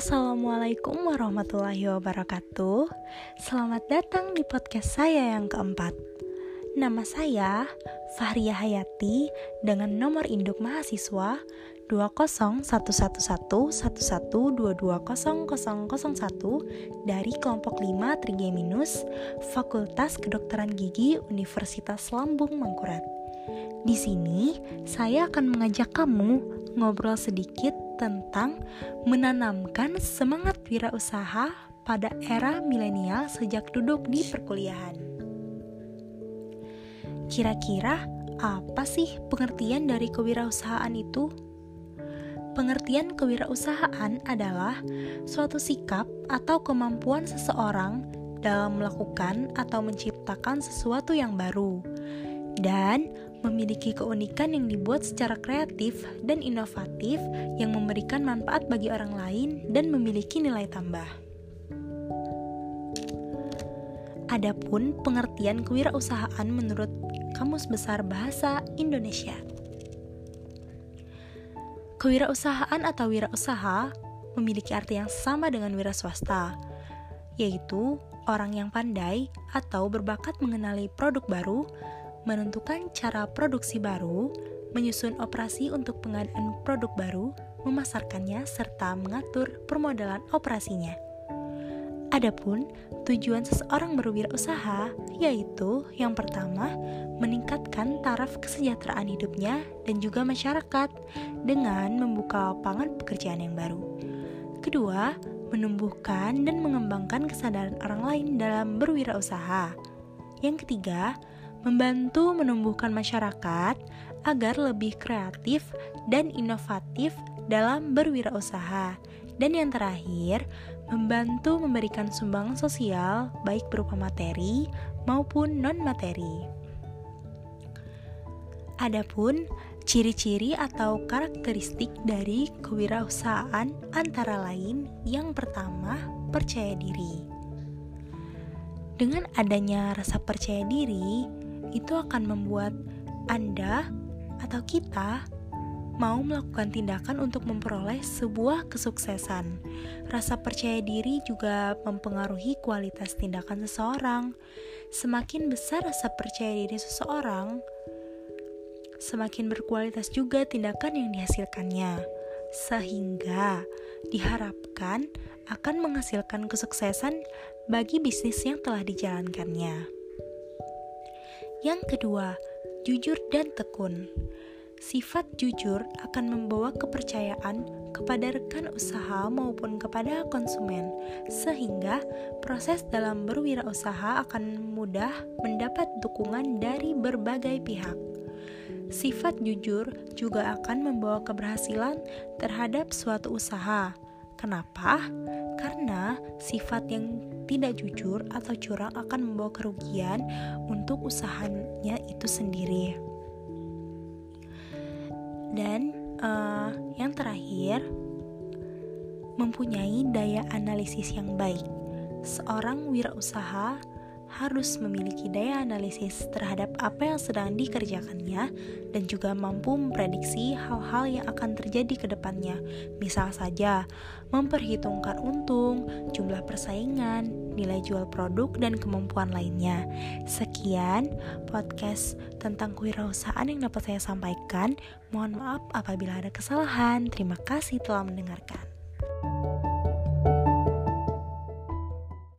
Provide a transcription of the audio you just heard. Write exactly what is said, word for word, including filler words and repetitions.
Assalamualaikum warahmatullahi wabarakatuh. Selamat datang di podcast saya yang keempat. Nama saya Fahria Hayati dengan nomor induk mahasiswa dua nol satu satu satu satu satu dua dua nol nol nol satu dari kelompok lima Trigeminus, Fakultas Kedokteran Gigi Universitas Lambung Mangkurat. Di sini saya akan mengajak kamu ngobrol sedikit tentang menanamkan semangat wirausaha pada era milenial sejak duduk di perkuliahan. Kira-kira apa sih pengertian dari kewirausahaan itu? Pengertian kewirausahaan adalah suatu sikap atau kemampuan seseorang dalam melakukan atau menciptakan sesuatu yang baru dan memiliki keunikan yang dibuat secara kreatif dan inovatif yang memberikan manfaat bagi orang lain dan memiliki nilai tambah. Adapun pengertian kewirausahaan menurut Kamus Besar Bahasa Indonesia. Kewirausahaan atau wirausaha memiliki arti yang sama dengan wira swasta, yaitu orang yang pandai atau berbakat mengenali produk baru, menentukan cara produksi baru, menyusun operasi untuk pengadaan produk baru, memasarkannya, serta mengatur permodalan operasinya. Adapun tujuan seseorang berwirausaha yaitu yang pertama, meningkatkan taraf kesejahteraan hidupnya dan juga masyarakat dengan membuka lapangan pekerjaan yang baru. Kedua, menumbuhkan dan mengembangkan kesadaran orang lain dalam berwirausaha. Yang ketiga, membantu menumbuhkan masyarakat agar lebih kreatif dan inovatif dalam berwirausaha. Dan yang terakhir, membantu memberikan sumbangan sosial baik berupa materi maupun non-materi. Adapun ciri-ciri atau karakteristik dari kewirausahaan antara lain, yang pertama, percaya diri. Dengan adanya rasa percaya diri, itu akan membuat Anda atau kita mau melakukan tindakan untuk memperoleh sebuah kesuksesan. Rasa percaya diri juga mempengaruhi kualitas tindakan seseorang. Semakin besar rasa percaya diri seseorang, semakin berkualitas juga tindakan yang dihasilkannya, sehingga diharapkan akan menghasilkan kesuksesan bagi bisnis yang telah dijalankannya. Yang kedua, jujur dan tekun. Sifat jujur akan membawa kepercayaan kepada rekan usaha maupun kepada konsumen, sehingga proses dalam berwirausaha akan mudah mendapat dukungan dari berbagai pihak. Sifat jujur juga akan membawa keberhasilan terhadap suatu usaha. Kenapa? Karena sifat yang tidak jujur atau curang akan membawa kerugian untuk usahanya itu sendiri. Dan uh, yang terakhir, mempunyai daya analisis yang baik. Seorang wirausaha harus memiliki daya analisis terhadap apa yang sedang dikerjakannya dan juga mampu memprediksi hal-hal yang akan terjadi ke depannya. Misal saja, memperhitungkan untung, jumlah persaingan, nilai jual produk, dan kemampuan lainnya. Sekian podcast tentang kewirausahaan yang dapat saya sampaikan. Mohon maaf apabila ada kesalahan. Terima kasih telah mendengarkan.